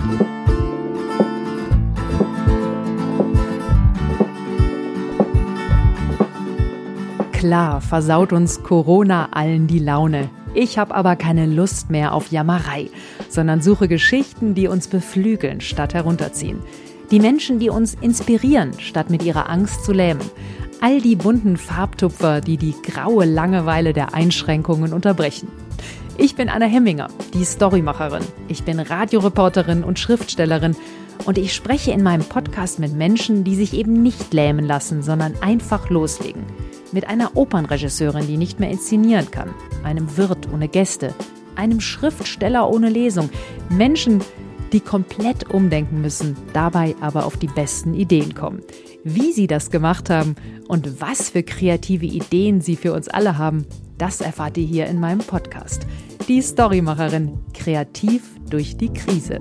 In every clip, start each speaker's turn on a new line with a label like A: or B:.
A: Klar versaut uns Corona allen die Laune. Ich habe aber keine Lust mehr auf Jammerei, sondern suche Geschichten, die uns beflügeln, statt herunterziehen. Die Menschen, die uns inspirieren, statt mit ihrer Angst zu lähmen. All die bunten Farbtupfer, die die graue Langeweile der Einschränkungen unterbrechen. Ich bin Anna Hemminger, die Storymacherin. Ich bin Radioreporterin und Schriftstellerin. Und ich spreche in meinem Podcast mit Menschen, die sich eben nicht lähmen lassen, sondern einfach loslegen. Mit einer Opernregisseurin, die nicht mehr inszenieren kann, einem Wirt ohne Gäste, einem Schriftsteller ohne Lesung. Menschen, die komplett umdenken müssen, dabei aber auf die besten Ideen kommen. Wie sie das gemacht haben und was für kreative Ideen sie für uns alle haben, das erfahrt ihr hier in meinem Podcast. Die Storymacherin, kreativ durch die Krise.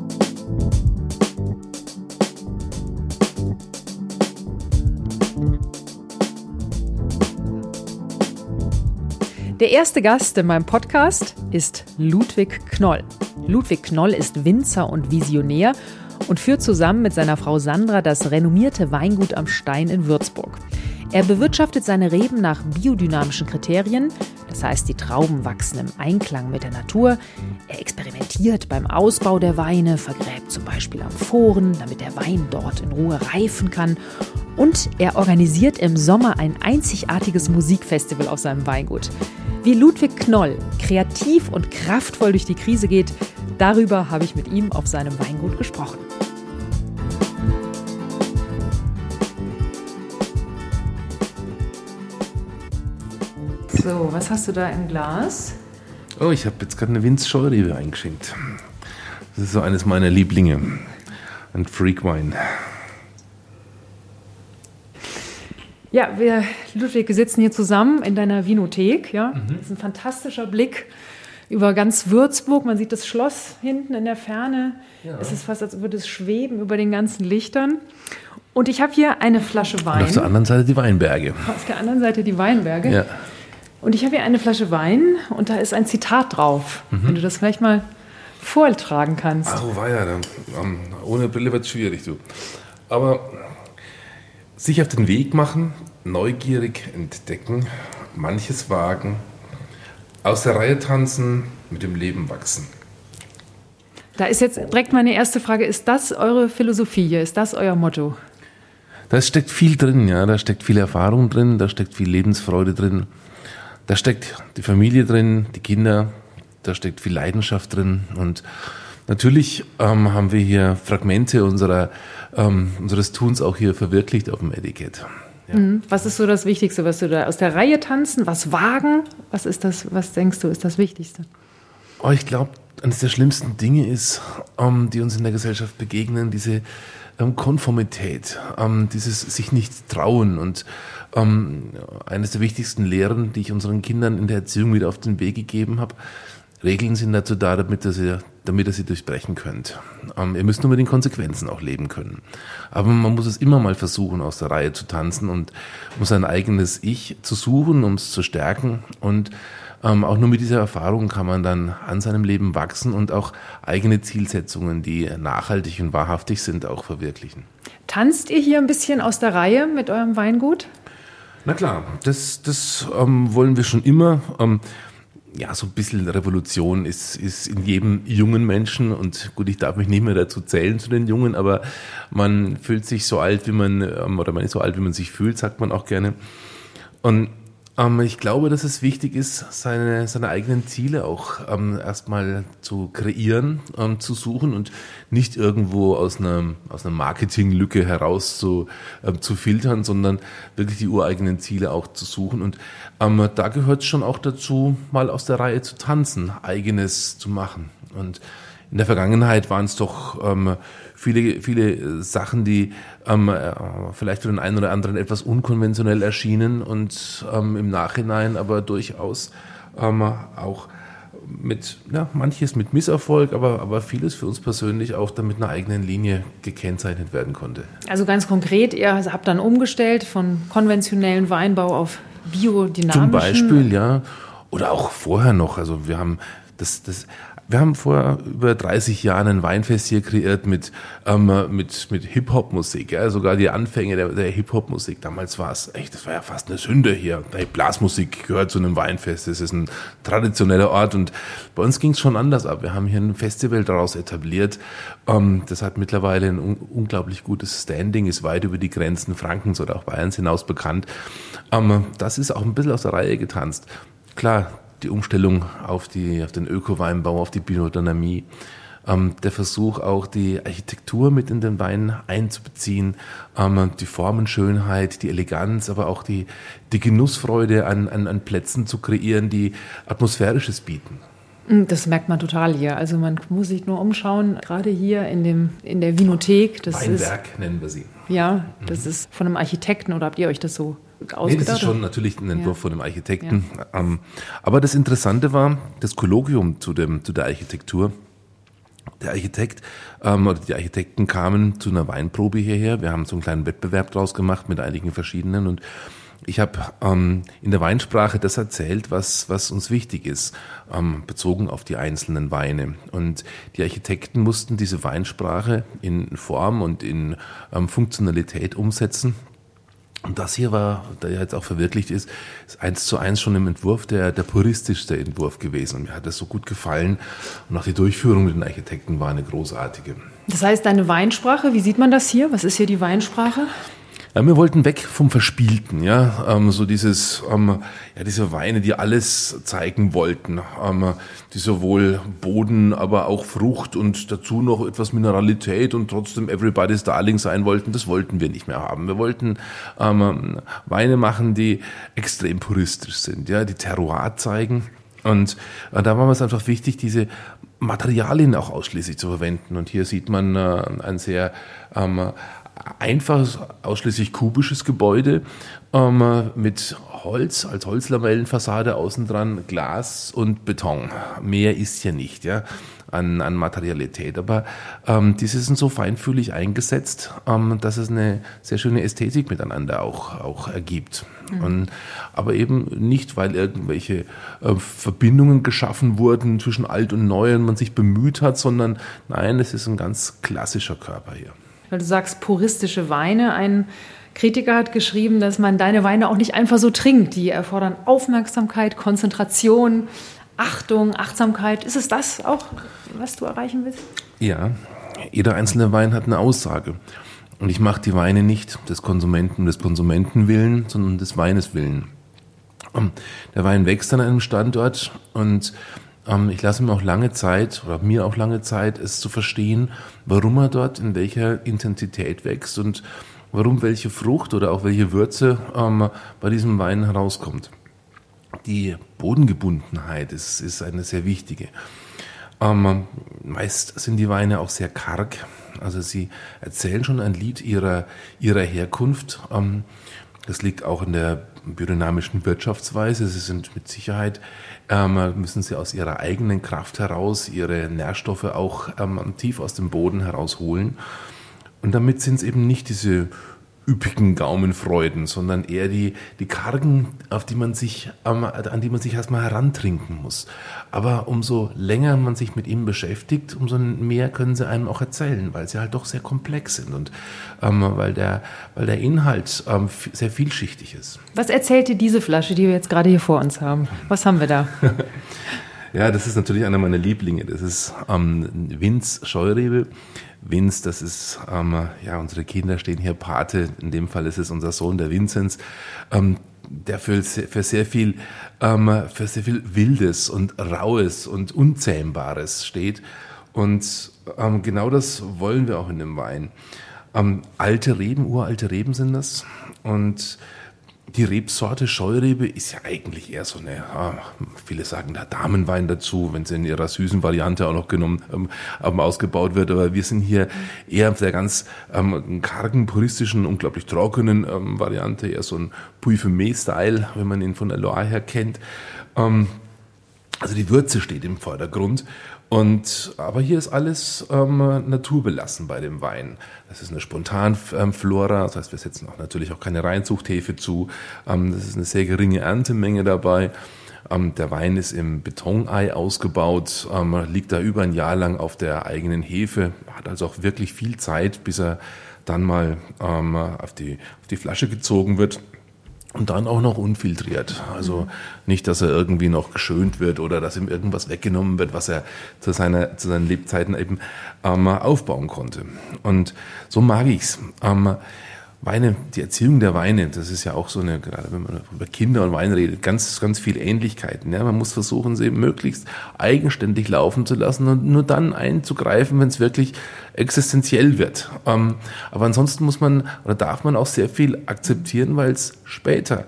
A: Der erste Gast in meinem Podcast ist Ludwig Knoll. Ludwig Knoll ist Winzer und Visionär und führt zusammen mit seiner Frau Sandra das renommierte Weingut am Stein in Würzburg. Er bewirtschaftet seine Reben nach biodynamischen Kriterien, das heißt, die Trauben wachsen im Einklang mit der Natur. Er experimentiert beim Ausbau der Weine, vergräbt zum Beispiel Amphoren, damit der Wein dort in Ruhe reifen kann. Und er organisiert im Sommer ein einzigartiges Musikfestival auf seinem Weingut. Wie Ludwig Knoll kreativ und kraftvoll durch die Krise geht, darüber habe ich mit ihm auf seinem Weingut gesprochen. So, was hast du da im Glas?
B: Oh, ich habe jetzt gerade eine Winz-Scheurebe eingeschenkt. Das ist so eines meiner Lieblinge. Ein Freak-Wein.
A: Ja, Ludwig, wir sitzen hier zusammen in deiner Vinothek. Ja? Das ist ein fantastischer Blick über ganz Würzburg. Man sieht das Schloss hinten in der Ferne. Ja. Es ist fast, als würde es schweben über den ganzen Lichtern. Und ich habe hier eine Flasche Wein. Und
B: auf der anderen Seite die Weinberge.
A: Auf der anderen Seite die Weinberge.
B: Ja.
A: Und ich habe hier eine Flasche Wein und da ist ein Zitat drauf. Wenn du das vielleicht mal vortragen kannst.
B: Ach, weia, ohne Brille wird es schwierig, du. Aber sich auf den Weg machen, neugierig entdecken, manches wagen, aus der Reihe tanzen, mit dem Leben wachsen.
A: Da ist jetzt direkt meine erste Frage, ist das eure Philosophie hier? Ist das euer Motto?
B: Da steckt viel drin, ja. Da steckt viel Erfahrung drin, da steckt viel Lebensfreude drin. Da steckt die Familie drin, die Kinder, da steckt viel Leidenschaft drin. Und natürlich haben wir hier Fragmente unseres Tuns auch hier verwirklicht auf dem Etikett. Ja.
A: Was ist so das Wichtigste, was du da aus der Reihe tanzen, was wagen? Was ist das, was denkst du, ist das Wichtigste?
B: Oh, ich glaube, eines der schlimmsten Dinge ist, die uns in der Gesellschaft begegnen, diese Konformität, dieses sich nicht trauen. Und eines der wichtigsten Lehren, die ich unseren Kindern in der Erziehung wieder auf den Weg gegeben habe: Regeln sind dazu da, damit ihr sie durchbrechen könnt. Ihr müsst nur mit den Konsequenzen auch leben können. Aber man muss es immer mal versuchen, aus der Reihe zu tanzen und um sein eigenes Ich zu suchen, um es zu stärken. Und auch nur mit dieser Erfahrung kann man dann an seinem Leben wachsen und auch eigene Zielsetzungen, die nachhaltig und wahrhaftig sind, auch verwirklichen.
A: Tanzt ihr hier ein bisschen aus der Reihe mit eurem Weingut?
B: Na klar, das wollen wir schon immer. Ja, so ein bisschen Revolution ist in jedem jungen Menschen, und gut, ich darf mich nicht mehr dazu zählen zu den Jungen, aber man fühlt sich so alt, wie man ist so alt, wie man sich fühlt, sagt man auch gerne. Und ich glaube, dass es wichtig ist, seine eigenen Ziele auch erstmal zu kreieren, zu suchen und nicht irgendwo aus einer Marketinglücke heraus zu filtern, sondern wirklich die ureigenen Ziele auch zu suchen. Und da gehört es schon auch dazu, mal aus der Reihe zu tanzen, Eigenes zu machen. Und in der Vergangenheit waren es doch viele Sachen, die vielleicht für den einen oder anderen etwas unkonventionell erschienen und im Nachhinein aber durchaus auch manches mit Misserfolg, aber vieles für uns persönlich auch dann mit einer eigenen Linie gekennzeichnet werden konnte.
A: Also ganz konkret, ihr habt dann umgestellt von konventionellen Weinbau auf biodynamischen?
B: Zum Beispiel, ja. Oder auch vorher noch. Also wir haben Wir haben vor über 30 Jahren ein Weinfest hier kreiert mit Hip-Hop-Musik. Ja. Sogar die Anfänge der Hip-Hop-Musik. Damals war es echt, das war ja fast eine Sünde hier. Die Blasmusik gehört zu einem Weinfest. Das ist ein traditioneller Ort und bei uns ging es schon anders ab. Wir haben hier ein Festival daraus etabliert. Das hat mittlerweile ein unglaublich gutes Standing, ist weit über die Grenzen Frankens oder auch Bayerns hinaus bekannt. Das ist auch ein bisschen aus der Reihe getanzt. Klar, die Umstellung auf den Öko-Weinbau, auf die Biodynamie, der Versuch auch die Architektur mit in den Wein einzubeziehen, die Formenschönheit, die Eleganz, aber auch die Genussfreude an Plätzen zu kreieren, die Atmosphärisches bieten.
A: Das merkt man total hier. Also man muss sich nur umschauen, gerade hier in der Vinothek. Das
B: Weinberg nennen wir sie.
A: Ja, das ist von einem Architekten oder habt ihr euch das so ausgedacht?
B: Nee, das ist schon natürlich ein Entwurf von einem Architekten. Ja. Aber das Interessante war, das Kolloquium zu der Architektur. Der Architekt oder die Architekten kamen zu einer Weinprobe hierher. Wir haben so einen kleinen Wettbewerb draus gemacht mit einigen verschiedenen und ich habe in der Weinsprache das erzählt, was uns wichtig ist, bezogen auf die einzelnen Weine. Und die Architekten mussten diese Weinsprache in Form und in Funktionalität umsetzen. Und das hier war, der ja jetzt auch verwirklicht ist 1:1 schon im Entwurf der puristischste Entwurf gewesen. Und mir hat das so gut gefallen. Und auch die Durchführung mit den Architekten war eine großartige.
A: Das heißt, deine Weinsprache, wie sieht man das hier? Was ist hier die Weinsprache?
B: Ja, wir wollten weg vom Verspielten, ja, so diese Weine, die alles zeigen wollten, die sowohl Boden, aber auch Frucht und dazu noch etwas Mineralität und trotzdem Everybody's Darling sein wollten, das wollten wir nicht mehr haben. Wir wollten Weine machen, die extrem puristisch sind, ja, die Terroir zeigen und da war es einfach wichtig, diese Materialien auch ausschließlich zu verwenden und hier sieht man ein sehr einfaches, ausschließlich kubisches Gebäude mit Holz, als Holzlamellenfassade außen dran, Glas und Beton. Mehr ist ja nicht, ja, an Materialität. Aber diese sind so feinfühlig eingesetzt, dass es eine sehr schöne Ästhetik miteinander auch ergibt. Aber eben nicht, weil irgendwelche Verbindungen geschaffen wurden zwischen alt und neu und man sich bemüht hat, sondern nein, es ist ein ganz klassischer Körper hier.
A: Weil du sagst, puristische Weine. Ein Kritiker hat geschrieben, dass man deine Weine auch nicht einfach so trinkt. Die erfordern Aufmerksamkeit, Konzentration, Achtung, Achtsamkeit. Ist es das auch, was du erreichen willst?
B: Ja, jeder einzelne Wein hat eine Aussage. Und ich mache die Weine nicht des Konsumenten willen, sondern des Weines willen. Der Wein wächst an einem Standort und ich lasse mir auch lange Zeit, es zu verstehen, warum er dort in welcher Intensität wächst und warum welche Frucht oder auch welche Würze bei diesem Wein herauskommt. Die Bodengebundenheit ist eine sehr wichtige. Meist sind die Weine auch sehr karg, also sie erzählen schon ein Lied ihrer Herkunft. Das liegt auch in der biodynamischen Wirtschaftsweise. Sie sind mit Sicherheit, müssen sie aus ihrer eigenen Kraft heraus ihre Nährstoffe auch tief aus dem Boden herausholen. Und damit sind es eben nicht diese üppigen Gaumenfreuden, sondern eher die kargen, an die man sich erstmal herantrinken muss. Aber umso länger man sich mit ihnen beschäftigt, umso mehr können sie einem auch erzählen, weil sie halt doch sehr komplex sind und weil der Inhalt sehr vielschichtig ist.
A: Was erzählt dir diese Flasche, die wir jetzt gerade hier vor uns haben? Was haben wir da?
B: Ja, das ist natürlich einer meiner Lieblinge. Das ist Vins Scheurebe. Vins, das ist, unsere Kinder stehen hier Pate. In dem Fall ist es unser Sohn, der Vinzenz, der für sehr viel Wildes und Raues und Unzähmbares steht. Und genau das wollen wir auch in dem Wein. Uralte Reben sind das. Und die Rebsorte Scheurebe ist ja eigentlich eher so eine, viele sagen da Damenwein dazu, wenn sie in ihrer süßen Variante auch noch ausgebaut wird. Aber wir sind hier eher auf der ganz kargen, puristischen, unglaublich trockenen Variante, eher so ein Puy-Fumé-Style, wenn man ihn von der Loire her kennt. Also die Würze steht im Vordergrund. Aber hier ist alles naturbelassen bei dem Wein. Das ist eine Spontanflora, das heißt, wir setzen auch natürlich auch keine Reinzuchthefe zu. Das ist eine sehr geringe Erntemenge dabei. Der Wein ist im Betonei ausgebaut, liegt da über ein Jahr lang auf der eigenen Hefe, hat also auch wirklich viel Zeit, bis er dann mal auf die Flasche gezogen wird. Und dann auch noch unfiltriert. Also nicht, dass er irgendwie noch geschönt wird oder dass ihm irgendwas weggenommen wird, was er zu seinen Lebzeiten eben aufbauen konnte. Und so mag ich's. Weine, die Erziehung der Weine, das ist ja auch so eine, gerade wenn man über Kinder und Wein redet, ganz, ganz viele Ähnlichkeiten. Ja, man muss versuchen, sie möglichst eigenständig laufen zu lassen und nur dann einzugreifen, wenn es wirklich existenziell wird. Aber ansonsten muss man oder darf man auch sehr viel akzeptieren, weil es später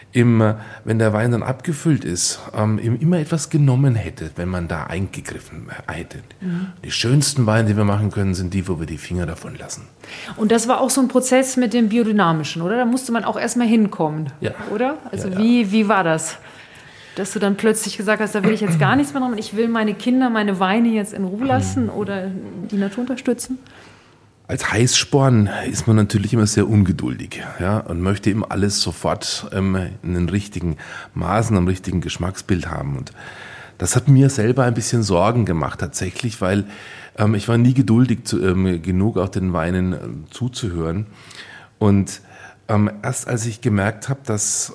B: wenn der Wein dann abgefüllt ist, ihm immer etwas genommen hätte, wenn man da eingegriffen hätte. Die schönsten Weine, die wir machen können, sind die, wo wir die Finger davon lassen.
A: Und das war auch so ein Prozess mit dem Biodynamischen, oder? Da musste man auch erstmal hinkommen,
B: ja.
A: Oder? Also
B: ja.
A: Wie war das? Dass du dann plötzlich gesagt hast, da will ich jetzt gar nichts mehr machen, ich will meine Kinder, meine Weine jetzt in Ruhe lassen oder die Natur unterstützen?
B: Als Heißsporn ist man natürlich immer sehr ungeduldig, ja, und möchte immer alles sofort in den richtigen Maßen, am richtigen Geschmacksbild haben. Und das hat mir selber ein bisschen Sorgen gemacht tatsächlich, weil ich war nie geduldig genug, auch den Weinen zuzuhören. Und erst als ich gemerkt habe, dass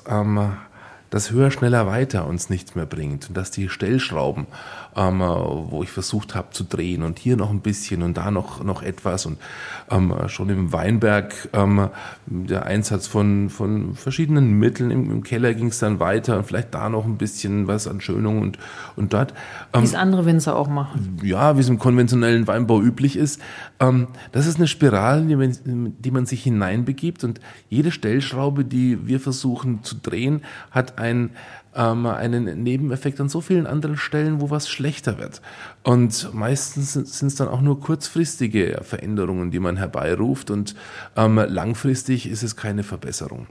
B: das höher, schneller, weiter uns nichts mehr bringt und dass die Stellschrauben, wo ich versucht habe zu drehen und hier noch ein bisschen und da noch etwas und schon im Weinberg der Einsatz von verschiedenen Mitteln im Keller ging es dann weiter und vielleicht da noch ein bisschen was an Schönung und dort.
A: Wie es andere Winzer auch machen.
B: Ja, wie es im konventionellen Weinbau üblich ist. Das ist eine Spirale, die man sich hineinbegibt und jede Stellschraube, die wir versuchen zu drehen, hat einen Nebeneffekt an so vielen anderen Stellen, wo was schlechter wird. Und meistens sind es dann auch nur kurzfristige Veränderungen, die man herbeiruft und langfristig ist es keine Verbesserung.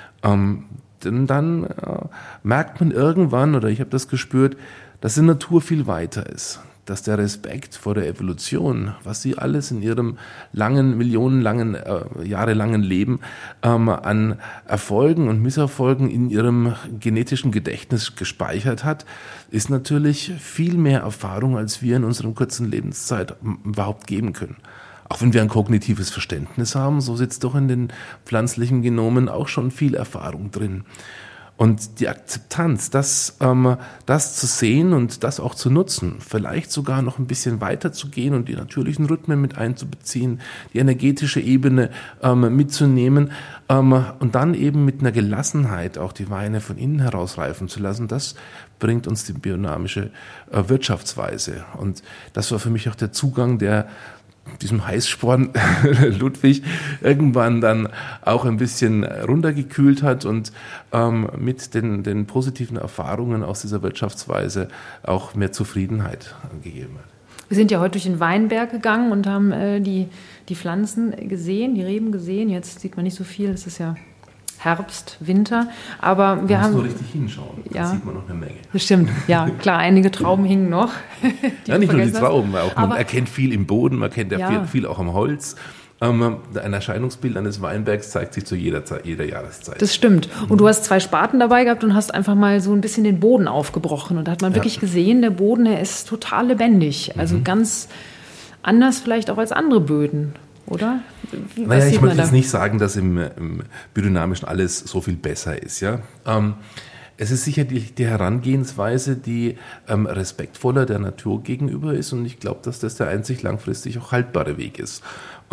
B: Denn dann merkt man irgendwann, oder ich habe das gespürt, dass die Natur viel weiter ist. Dass der Respekt vor der Evolution, was sie alles in ihrem millionenlangen, jahrelangen Leben an Erfolgen und Misserfolgen in ihrem genetischen Gedächtnis gespeichert hat, ist natürlich viel mehr Erfahrung, als wir in unserer kurzen Lebenszeit überhaupt geben können. Auch wenn wir ein kognitives Verständnis haben, so sitzt doch in den pflanzlichen Genomen auch schon viel Erfahrung drin. Und die Akzeptanz, das zu sehen und das auch zu nutzen, vielleicht sogar noch ein bisschen weiter zu gehen und die natürlichen Rhythmen mit einzubeziehen, die energetische Ebene mitzunehmen und dann eben mit einer Gelassenheit auch die Weine von innen heraus reifen zu lassen, das bringt uns die biodynamische Wirtschaftsweise. Und das war für mich auch der Zugang, der diesem Heißsporn Ludwig irgendwann dann auch ein bisschen runtergekühlt hat und mit den positiven Erfahrungen aus dieser Wirtschaftsweise auch mehr Zufriedenheit gegeben hat.
A: Wir sind ja heute durch den Weinberg gegangen und haben die Pflanzen gesehen, die Reben gesehen. Jetzt sieht man nicht so viel, es ist ja Herbst, Winter, aber wir haben...
B: Man muss nur richtig hinschauen,
A: ja,
B: da sieht man noch eine Menge.
A: Das stimmt, ja, klar, einige Trauben hingen noch.
B: Ja, nicht nur die Trauben, auch man erkennt viel im Boden, man erkennt viel auch am Holz. Ein Erscheinungsbild eines Weinbergs zeigt sich zu jeder Jahreszeit.
A: Das stimmt. Und du hast 2 Spaten dabei gehabt und hast einfach mal so ein bisschen den Boden aufgebrochen. Und da hat man wirklich gesehen, der Boden, der ist total lebendig. Also ganz anders vielleicht auch als andere Böden, oder?
B: Naja, ich möchte jetzt nicht sagen, dass im Biodynamischen alles so viel besser ist. Ja? Es ist sicher die Herangehensweise, die respektvoller der Natur gegenüber ist. Und ich glaube, dass das der einzig langfristig auch haltbare Weg ist.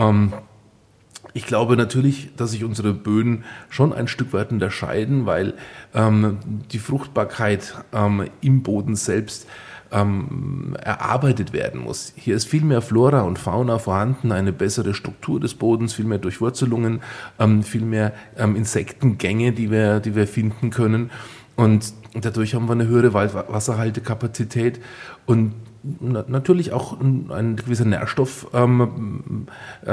B: Ich glaube natürlich, dass sich unsere Böden schon ein Stück weit unterscheiden, weil die Fruchtbarkeit im Boden selbst erarbeitet werden muss. Hier ist viel mehr Flora und Fauna vorhanden, eine bessere Struktur des Bodens, viel mehr Durchwurzelungen, viel mehr Insektengänge, die wir finden können. Und dadurch haben wir eine höhere Wasserhaltekapazität und natürlich auch ein gewisser Nährstoffe,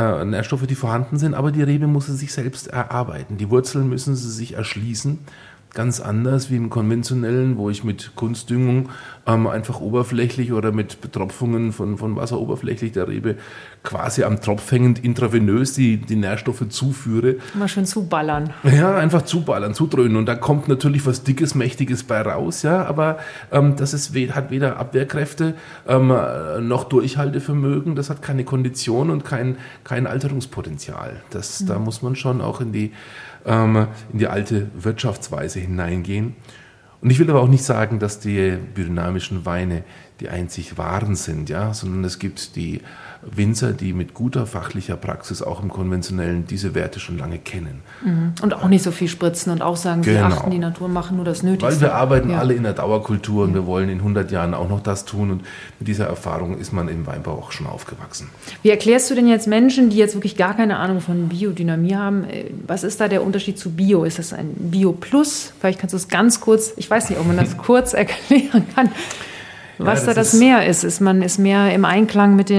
B: die vorhanden sind, aber die Rebe muss sie sich selbst erarbeiten. Die Wurzeln müssen sie sich erschließen. ganz anders wie im konventionellen, wo ich mit Kunstdüngung einfach oberflächlich oder mit Betropfungen von Wasser oberflächlich der Rebe quasi am Tropf hängend intravenös die Nährstoffe zuführe.
A: Mal schön zuballern.
B: Ja, einfach zuballern, zudröhnen. Und da kommt natürlich was Dickes, Mächtiges bei raus, ja, aber das hat weder Abwehrkräfte noch Durchhaltevermögen, das hat keine Kondition und kein Alterungspotenzial. Da muss man schon auch in die alte Wirtschaftsweise hineingehen. Und ich will aber auch nicht sagen, dass die biodynamischen Weine die einzig wahren sind, ja, sondern es gibt die Winzer, die mit guter fachlicher Praxis auch im Konventionellen diese Werte schon lange kennen.
A: Und auch nicht so viel spritzen und auch sagen, sie achten die Natur, machen nur das Nötigste.
B: Weil wir arbeiten alle in der Dauerkultur und wir wollen in 100 Jahren auch noch das tun und mit dieser Erfahrung ist man im Weinbau auch schon aufgewachsen.
A: Wie erklärst du denn jetzt Menschen, die jetzt wirklich gar keine Ahnung von Biodynamie haben, was ist da der Unterschied zu Bio? Ist das ein Bio Plus? Vielleicht kannst du es ganz kurz, ich weiß nicht, ob man das kurz erklären kann, was das Mehr ist. Ist mehr im Einklang mit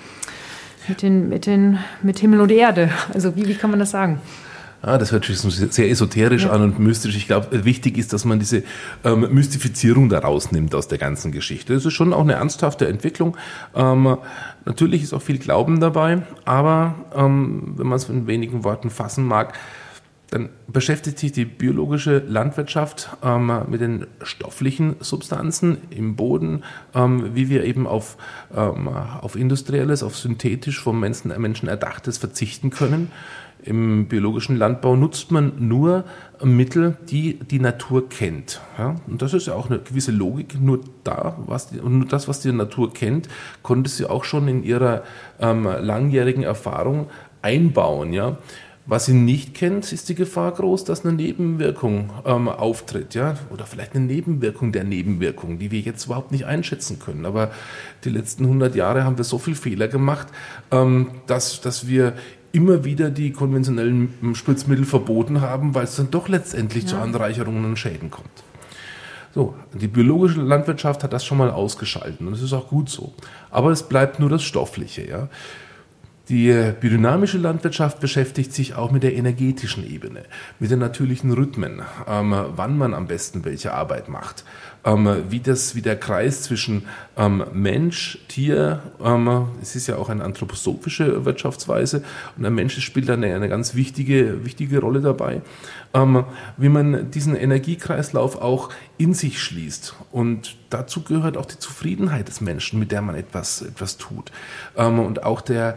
A: Himmel und Erde. Also wie kann man das sagen?
B: Ja, das hört sich sehr esoterisch an und mystisch. Ich glaube, wichtig ist, dass man diese Mystifizierung da rausnimmt aus der ganzen Geschichte. Das ist schon auch eine ernsthafte Entwicklung. Natürlich ist auch viel Glauben dabei, aber wenn man es in wenigen Worten fassen mag, dann beschäftigt sich die biologische Landwirtschaft mit den stofflichen Substanzen im Boden, wie wir eben auf industrielles, auf synthetisch vom Menschen erdachtes verzichten können. Im biologischen Landbau nutzt man nur Mittel, die die Natur kennt. Ja? Und das ist ja auch eine gewisse Logik. Nur das, was die Natur kennt, konnte sie auch schon in ihrer langjährigen Erfahrung einbauen. Ja? Was sie nicht kennt, ist die Gefahr groß, dass eine Nebenwirkung auftritt, ja, oder vielleicht eine Nebenwirkung der Nebenwirkung, die wir jetzt überhaupt nicht einschätzen können. Aber die letzten 100 Jahre haben wir so viel Fehler gemacht, dass wir immer wieder die konventionellen Spritzmittel verboten haben, weil es dann doch letztendlich zu Anreicherungen und Schäden kommt. So, die biologische Landwirtschaft hat das schon mal ausgeschaltet und das ist auch gut so. Aber es bleibt nur das Stoffliche, ja. Die biodynamische Landwirtschaft beschäftigt sich auch mit der energetischen Ebene, mit den natürlichen Rhythmen, wann man am besten welche Arbeit macht, wie der Kreis zwischen Mensch, Tier, es ist ja auch eine anthroposophische Wirtschaftsweise und der Mensch spielt eine ganz wichtige Rolle dabei, wie man diesen Energiekreislauf auch in sich schließt. Und dazu gehört auch die Zufriedenheit des Menschen, mit der man etwas tut. Und auch der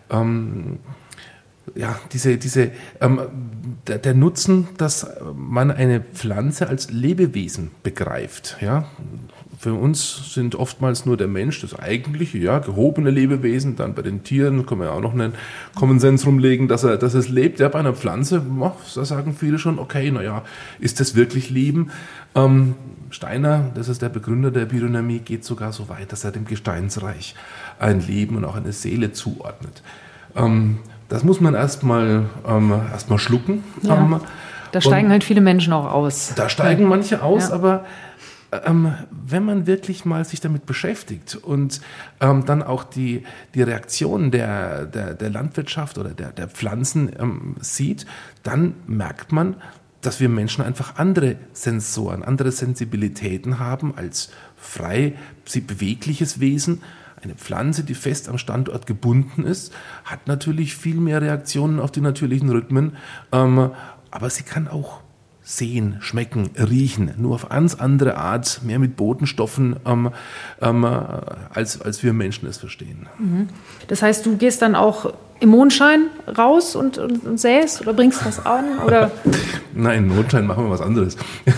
B: Nutzen, dass man eine Pflanze als Lebewesen begreift. Ja? Für uns sind oftmals nur der Mensch das eigentliche, gehobene Lebewesen. Dann bei den Tieren können wir ja auch noch einen Common Sense rumlegen, dass es lebt. Ja, bei einer Pflanze, da sagen viele schon, okay, ist das wirklich Leben? Steiner, das ist der Begründer der Biodynamie, geht sogar so weit, dass er dem Gesteinsreich ein Leben und auch eine Seele zuordnet. Das muss man erstmal schlucken.
A: Ja, da steigen halt viele Menschen auch aus.
B: Da steigen manche aus, aber wenn man wirklich mal sich damit beschäftigt und dann auch die Reaktionen der Landwirtschaft oder der Pflanzen sieht, dann merkt man, dass wir Menschen einfach andere Sensoren, andere Sensibilitäten haben als frei bewegliches Wesen. Eine Pflanze, die fest am Standort gebunden ist, hat natürlich viel mehr Reaktionen auf die natürlichen Rhythmen, aber sie kann auch sehen, schmecken, riechen, nur auf ganz andere Art, mehr mit Botenstoffen, als wir Menschen es verstehen.
A: Das heißt, du gehst dann auch im Mondschein raus und säst oder bringst was an? Oder?
B: Nein, im Mondschein machen wir was anderes.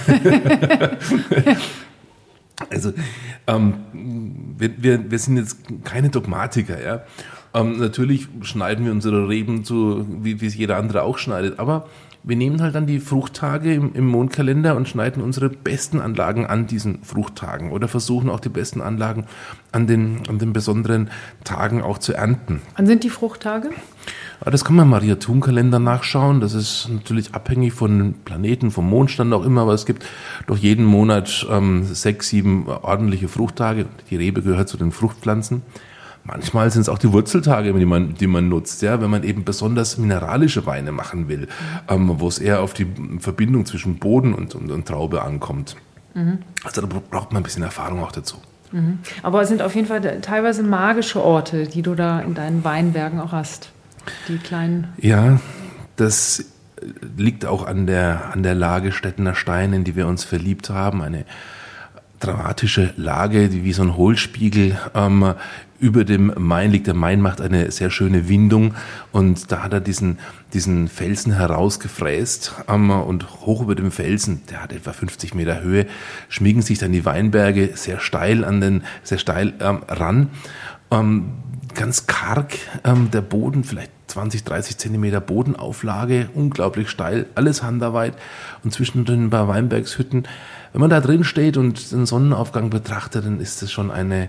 B: Also wir sind jetzt keine Dogmatiker, ja. Natürlich schneiden wir unsere Reben so, wie es jeder andere auch schneidet, aber wir nehmen halt dann die Fruchttage im Mondkalender und schneiden unsere besten Anlagen an diesen Fruchttagen oder versuchen auch die besten Anlagen an den besonderen Tagen auch zu ernten.
A: Wann sind die Fruchttage?
B: Das kann man im Maria-Thun-Kalender nachschauen. Das ist natürlich abhängig von den Planeten, vom Mondstand auch immer, aber es gibt doch jeden Monat 6, 7 ordentliche Fruchttage. Die Rebe gehört zu den Fruchtpflanzen. Manchmal sind es auch die Wurzeltage, die man nutzt, ja, wenn man eben besonders mineralische Weine machen will, wo es eher auf die Verbindung zwischen Boden und Traube ankommt. Also da braucht man ein bisschen Erfahrung auch dazu.
A: Aber es sind auf jeden Fall teilweise magische Orte, die du da in deinen Weinbergen auch hast. Die kleinen.
B: Ja, das liegt auch an der Lage Stettener Stein, in die wir uns verliebt haben. Eine dramatische Lage, die wie so ein Hohlspiegel über dem Main liegt. Der Main macht eine sehr schöne Windung und da hat er diesen Felsen herausgefräst und hoch über dem Felsen, der hat etwa 50 Meter Höhe, schmiegen sich dann die Weinberge sehr steil ran. Ganz karg, der Boden, vielleicht 20, 30 Zentimeter Bodenauflage, unglaublich steil, alles Handarbeit und zwischendrin ein paar Weinbergshütten. Wenn man da drin steht und den Sonnenaufgang betrachtet, dann ist das schon ein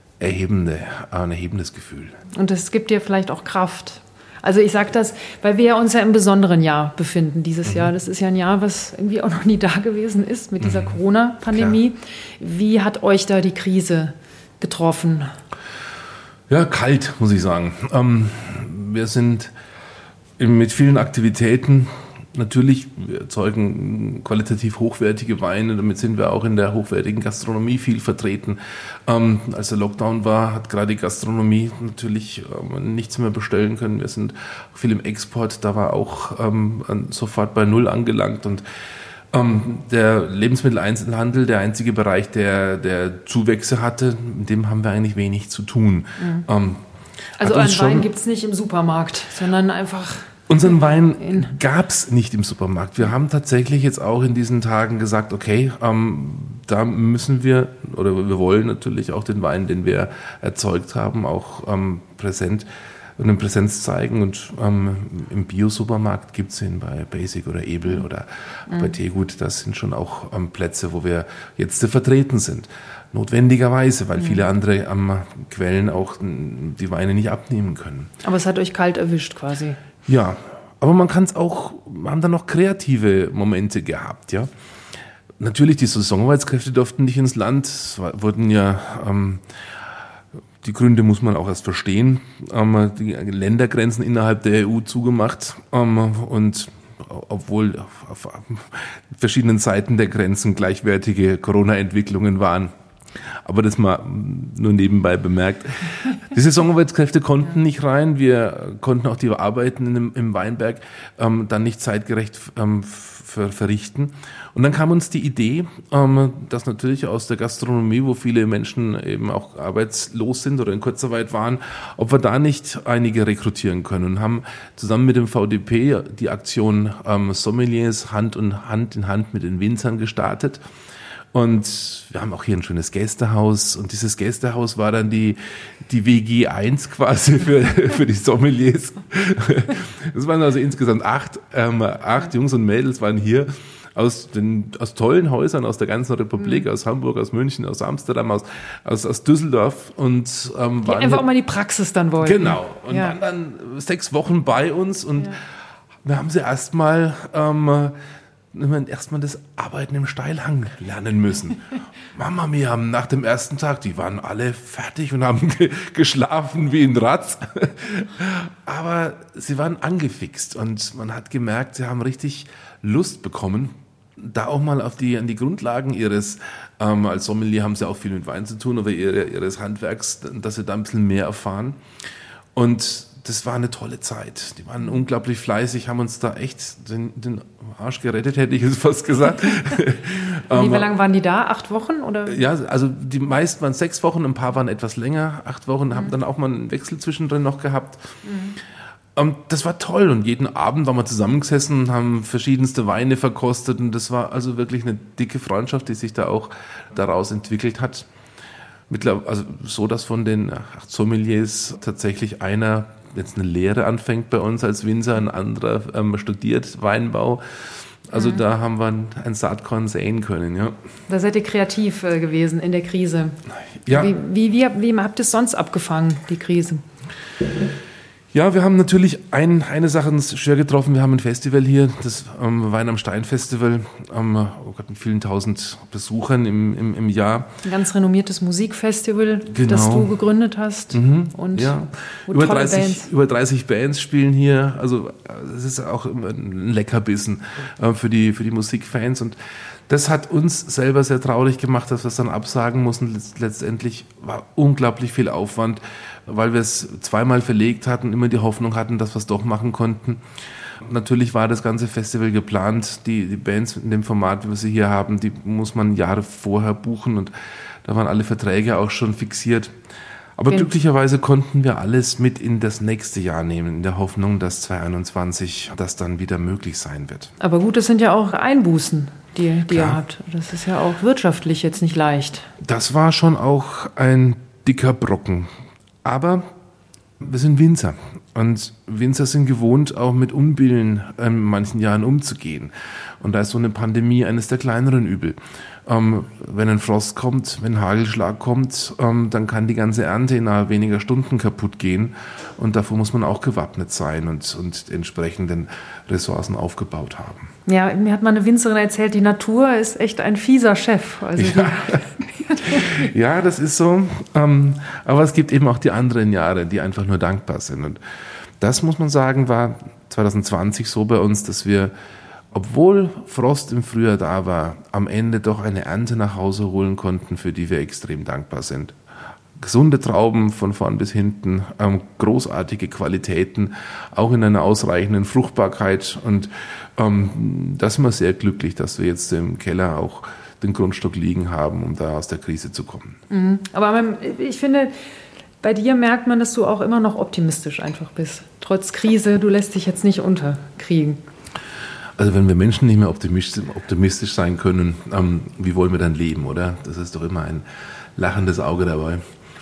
B: erhebendes Gefühl.
A: Und es gibt dir vielleicht auch Kraft. Also ich sage das, weil wir uns ja im besonderen Jahr befinden dieses Jahr. Das ist ja ein Jahr, was irgendwie auch noch nie da gewesen ist mit dieser Corona-Pandemie. Klar. Wie hat euch da die Krise getroffen?
B: Ja, kalt, muss ich sagen. Wir sind mit vielen Aktivitäten, natürlich, wir erzeugen qualitativ hochwertige Weine, damit sind wir auch in der hochwertigen Gastronomie viel vertreten. Als der Lockdown war, hat gerade die Gastronomie natürlich nichts mehr bestellen können. Wir sind viel im Export, da war auch sofort bei Null angelangt und der Lebensmitteleinzelhandel, der einzige Bereich, der Zuwächse hatte, mit dem haben wir eigentlich wenig zu tun.
A: Also euren Wein gibt es nicht im Supermarkt, sondern einfach...
B: Unseren Wein gab es nicht im Supermarkt. Wir haben tatsächlich jetzt auch in diesen Tagen gesagt, okay, da müssen wir, oder wir wollen natürlich auch den Wein, den wir erzeugt haben, auch präsent und in Präsenz zeigen. Und im Bio-Supermarkt gibt es ihn bei Basic oder Ebel oder bei Teegut. Das sind schon auch Plätze, wo wir jetzt vertreten sind. Notwendigerweise, weil viele andere Quellen auch die Weine nicht abnehmen können.
A: Aber es hat euch kalt erwischt quasi.
B: Ja, aber man kann es auch, wir haben dann noch kreative Momente gehabt, ja. Natürlich, die Saisonarbeitskräfte durften nicht ins Land, es wurden ja, die Gründe muss man auch erst verstehen, die Ländergrenzen innerhalb der EU zugemacht und obwohl auf verschiedenen Seiten der Grenzen gleichwertige Corona-Entwicklungen waren. Aber das mal nur nebenbei bemerkt. Die Saisonarbeitskräfte konnten nicht rein. Wir konnten auch die Arbeiten im Weinberg dann nicht zeitgerecht verrichten. Und dann kam uns die Idee, dass natürlich aus der Gastronomie, wo viele Menschen eben auch arbeitslos sind oder in Kurzarbeit waren, ob wir da nicht einige rekrutieren können. Und haben zusammen mit dem VDP die Aktion Sommeliers Hand in Hand mit den Winzern gestartet. Und wir haben auch hier ein schönes Gästehaus und dieses Gästehaus war dann die WG 1 quasi für die Sommeliers. Das waren also insgesamt acht Jungs und Mädels waren hier aus tollen Häusern aus der ganzen Republik, aus Hamburg, aus München, aus Amsterdam, aus Düsseldorf und
A: die einfach auch mal die Praxis dann wollten.
B: Genau, und waren dann 6 Wochen bei uns und wir haben sie erstmal das Arbeiten im Steilhang lernen müssen. Mama mia, nach dem ersten Tag, die waren alle fertig und haben geschlafen wie ein Ratz. Aber sie waren angefixt und man hat gemerkt, sie haben richtig Lust bekommen, da auch mal an die Grundlagen ihres, als Sommelier haben sie auch viel mit Wein zu tun, aber ihres Handwerks, dass sie da ein bisschen mehr erfahren. Und das war eine tolle Zeit. Die waren unglaublich fleißig, haben uns da echt den Arsch gerettet, hätte ich es fast gesagt.
A: Wie lange waren die da? 8 Wochen? Oder?
B: Ja, also die meisten waren 6 Wochen, ein paar waren etwas länger. 8 Wochen, haben dann auch mal einen Wechsel zwischendrin noch gehabt. Das war toll und jeden Abend waren wir zusammengesessen und haben verschiedenste Weine verkostet und das war also wirklich eine dicke Freundschaft, die sich da auch daraus entwickelt hat. Also so, dass von den 8 Sommeliers tatsächlich einer jetzt eine Lehre anfängt bei uns als Winzer, ein anderer studiert Weinbau. Also da haben wir ein Saatkorn säen können, ja.
A: Da seid ihr kreativ gewesen in der Krise.
B: Ja.
A: Wie habt ihr es sonst abgefangen, die Krise?
B: Ja, wir haben natürlich eine Sache uns schwer getroffen. Wir haben ein Festival hier, das Wein am Stein Festival, mit vielen tausend Besuchern im Jahr.
A: Ein ganz renommiertes Musikfestival, das du gegründet hast.
B: Und ja. Über 30 Bands spielen hier. Also es ist auch ein Leckerbissen für die Musikfans. Und das hat uns selber sehr traurig gemacht, dass wir es dann absagen mussten. Letztendlich war unglaublich viel Aufwand, weil wir es zweimal verlegt hatten, immer die Hoffnung hatten, dass wir es doch machen konnten. Natürlich war das ganze Festival geplant. Die Bands in dem Format, wie wir sie hier haben, die muss man Jahre vorher buchen und da waren alle Verträge auch schon fixiert. Aber glücklicherweise konnten wir alles mit in das nächste Jahr nehmen, in der Hoffnung, dass 2021 das dann wieder möglich sein wird.
A: Aber gut, das sind ja auch Einbußen, die ihr habt. Das ist ja auch wirtschaftlich jetzt nicht leicht.
B: Das war schon auch ein dicker Brocken. Aber wir sind Winzer und Winzer sind gewohnt, auch mit Unbillen in manchen Jahren umzugehen. Und da ist so eine Pandemie eines der kleineren Übel. Wenn ein Frost kommt, wenn Hagelschlag kommt, dann kann die ganze Ernte innerhalb weniger Stunden kaputt gehen. Und davor muss man auch gewappnet sein und entsprechenden Ressourcen aufgebaut haben.
A: Ja, mir hat mal eine Winzerin erzählt, die Natur ist echt ein fieser Chef. Also
B: ja, das ist so. Aber es gibt eben auch die anderen Jahre, die einfach nur dankbar sind. Und das, muss man sagen, war 2020 so bei uns, dass wir, obwohl Frost im Frühjahr da war, am Ende doch eine Ernte nach Hause holen konnten, für die wir extrem dankbar sind. Gesunde Trauben von vorn bis hinten, großartige Qualitäten, auch in einer ausreichenden Fruchtbarkeit. Und da sind wir sehr glücklich, dass wir jetzt im Keller auch den Grundstock liegen haben, um da aus der Krise zu kommen.
A: Aber ich finde, bei dir merkt man, dass du auch immer noch optimistisch einfach bist. Trotz Krise, du lässt dich jetzt nicht unterkriegen.
B: Also wenn wir Menschen nicht mehr optimistisch sein können, wie wollen wir dann leben, oder? Das ist doch immer ein lachendes Auge dabei.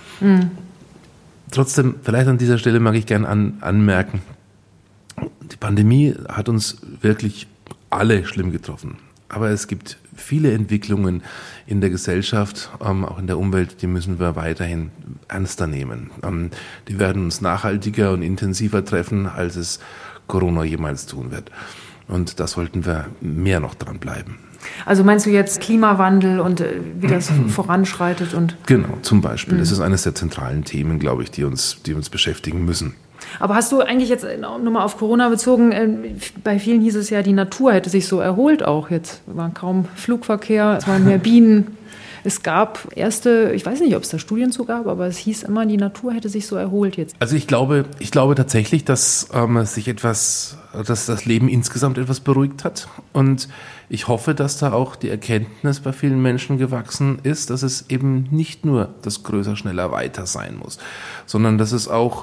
B: Trotzdem, vielleicht an dieser Stelle mag ich gerne anmerken, die Pandemie hat uns wirklich alle schlimm getroffen. Aber es gibt viele Entwicklungen in der Gesellschaft, auch in der Umwelt, die müssen wir weiterhin ernster nehmen. Die werden uns nachhaltiger und intensiver treffen, als es Corona jemals tun wird. Und da sollten wir mehr noch dranbleiben.
A: Also meinst du jetzt Klimawandel und wie das voranschreitet?
B: Genau, zum Beispiel. Das ist eines der zentralen Themen, glaube ich, die uns beschäftigen müssen.
A: Aber hast du eigentlich jetzt nur mal auf Corona bezogen, bei vielen hieß es ja, die Natur hätte sich so erholt auch. Jetzt war kaum Flugverkehr, es waren mehr Bienen. Es gab ich weiß nicht, ob es da Studien zu gab, aber es hieß immer, die Natur hätte sich so erholt jetzt.
B: Also ich glaube tatsächlich, dass dass das Leben insgesamt etwas beruhigt hat. Und ich hoffe, dass da auch die Erkenntnis bei vielen Menschen gewachsen ist, dass es eben nicht nur das Größer, Schneller, Weiter sein muss, sondern dass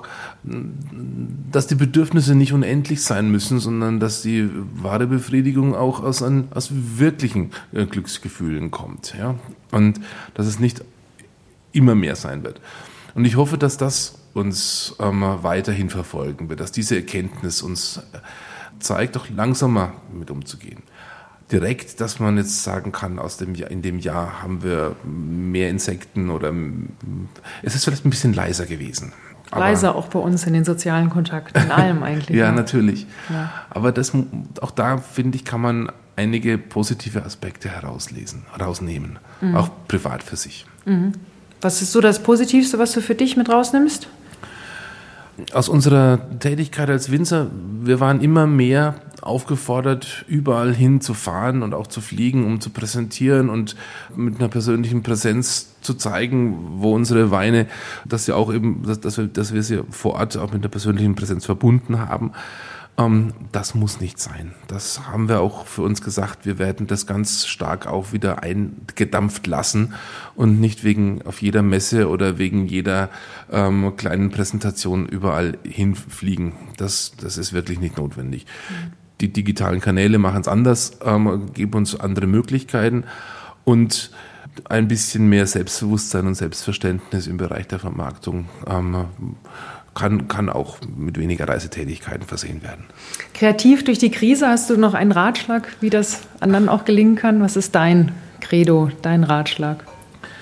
B: die Bedürfnisse nicht unendlich sein müssen, sondern dass die wahre Befriedigung auch aus wirklichen Glücksgefühlen kommt. Ja? Und dass es nicht immer mehr sein wird. Und ich hoffe, dass das uns weiterhin verfolgen wird, dass diese Erkenntnis uns zeigt, auch langsamer mit umzugehen. Direkt, dass man jetzt sagen kann, in dem Jahr haben wir mehr Insekten oder es ist vielleicht ein bisschen leiser gewesen.
A: Leiser auch bei uns in den sozialen Kontakten, in allem eigentlich.
B: Ja, natürlich. Ja. Aber auch da, finde ich, kann man einige positive Aspekte herausnehmen, auch privat für sich.
A: Was ist so das Positivste, was du für dich mit rausnimmst?
B: Aus unserer Tätigkeit als Winzer, wir waren immer mehr aufgefordert, überall hin zu fahren und auch zu fliegen, um zu präsentieren und mit einer persönlichen Präsenz zu zeigen, wo unsere Weine, dass wir sie vor Ort auch mit einer persönlichen Präsenz verbunden haben. Das muss nicht sein. Das haben wir auch für uns gesagt. Wir werden das ganz stark auch wieder eingedampft lassen und nicht auf jeder Messe oder wegen jeder kleinen Präsentation überall hinfliegen. Das ist wirklich nicht notwendig. Die digitalen Kanäle machen es anders, geben uns andere Möglichkeiten und ein bisschen mehr Selbstbewusstsein und Selbstverständnis im Bereich der Vermarktung kann auch mit weniger Reisetätigkeiten versehen werden.
A: Kreativ durch die Krise, hast du noch einen Ratschlag, wie das anderen auch gelingen kann? Was ist dein Credo, dein Ratschlag?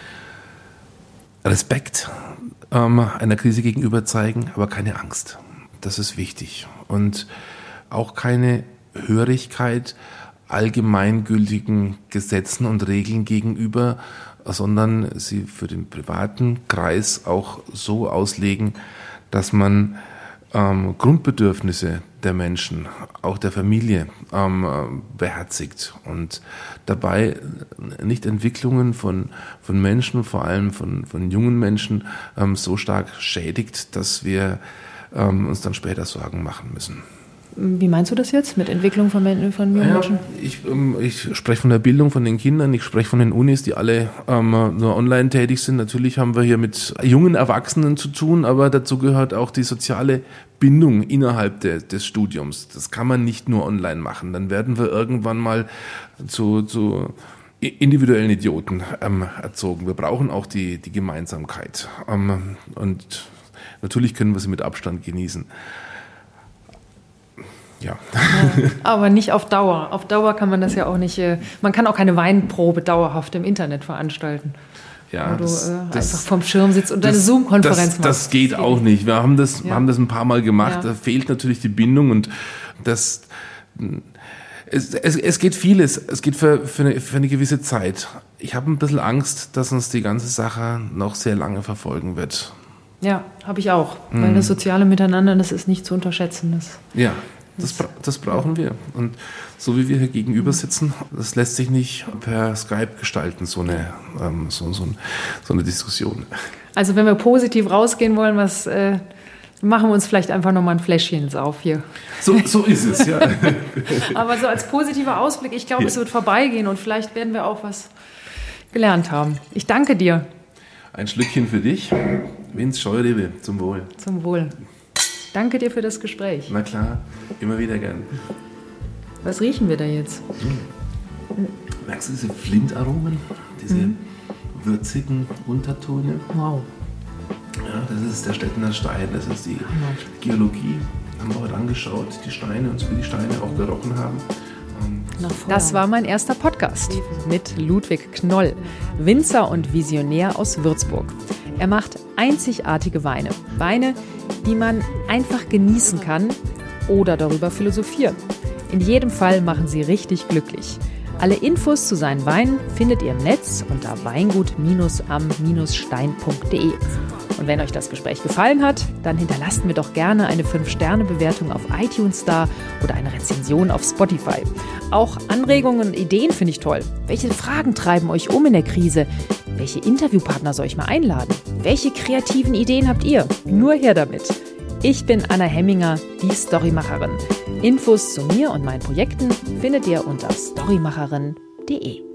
B: Respekt einer Krise gegenüber zeigen, aber keine Angst. Das ist wichtig. Und auch keine Hörigkeit allgemeingültigen Gesetzen und Regeln gegenüber, sondern sie für den privaten Kreis auch so auslegen, dass man Grundbedürfnisse der Menschen, auch der Familie, beherzigt und dabei nicht Entwicklungen von Menschen, vor allem von jungen Menschen, so stark schädigt, dass wir uns dann später Sorgen machen müssen.
A: Wie meinst du das jetzt mit Entwicklung von jungen Menschen?
B: Ich spreche von der Bildung von den Kindern, ich spreche von den Unis, die alle nur online tätig sind. Natürlich haben wir hier mit jungen Erwachsenen zu tun, aber dazu gehört auch die soziale Bindung innerhalb des Studiums. Das kann man nicht nur online machen. Dann werden wir irgendwann mal zu individuellen Idioten erzogen. Wir brauchen auch die Gemeinsamkeit. Und natürlich können wir sie mit Abstand genießen. Ja.
A: Aber nicht auf Dauer. Auf Dauer kann man das ja auch nicht, man kann auch keine Weinprobe dauerhaft im Internet veranstalten.
B: Ja,
A: wo du einfach vorm Schirm sitzt und deine Zoom-Konferenz machst.
B: Das geht auch nicht. Wir haben das ein paar Mal gemacht.
A: Ja.
B: Da fehlt natürlich die Bindung und es geht vieles. Es geht für eine gewisse Zeit. Ich habe ein bisschen Angst, dass uns die ganze Sache noch sehr lange verfolgen wird.
A: Ja, habe ich auch. Weil das soziale Miteinander, das ist nicht zu unterschätzen.
B: Das brauchen wir. Und so wie wir hier gegenüber sitzen, das lässt sich nicht per Skype gestalten, so eine Diskussion.
A: Also wenn wir positiv rausgehen wollen, machen wir uns vielleicht einfach nochmal ein Fläschchen ins Auf hier.
B: So ist es, ja.
A: Aber so als positiver Ausblick, ich glaube, es wird vorbeigehen und vielleicht werden wir auch was gelernt haben. Ich danke dir.
B: Ein Schlückchen für dich. Vince Scheurebe, zum Wohl.
A: Zum Wohl. Danke dir für das Gespräch.
B: Na klar, immer wieder gern.
A: Was riechen wir da jetzt?
B: Merkst du diese Flintaromen? Diese würzigen Untertone?
A: Wow.
B: Ja, das ist der Stettener Stein, das ist die Geologie. Haben wir heute angeschaut, die Steine und wie die Steine auch gerochen haben.
A: Das war mein erster Podcast mit Ludwig Knoll, Winzer und Visionär aus Würzburg. Er macht einzigartige Weine. Weine, die man einfach genießen kann oder darüber philosophieren. In jedem Fall machen sie richtig glücklich. Alle Infos zu seinen Weinen findet ihr im Netz unter weingut-am-stein.de. Und wenn euch das Gespräch gefallen hat, dann hinterlasst mir doch gerne eine 5-Sterne-Bewertung auf iTunes da oder eine Rezension auf Spotify. Auch Anregungen und Ideen finde ich toll. Welche Fragen treiben euch in der Krise? Welche Interviewpartner soll ich mal einladen? Welche kreativen Ideen habt ihr? Nur her damit. Ich bin Anna Hemminger, die Storymacherin. Infos zu mir und meinen Projekten findet ihr unter storymacherin.de.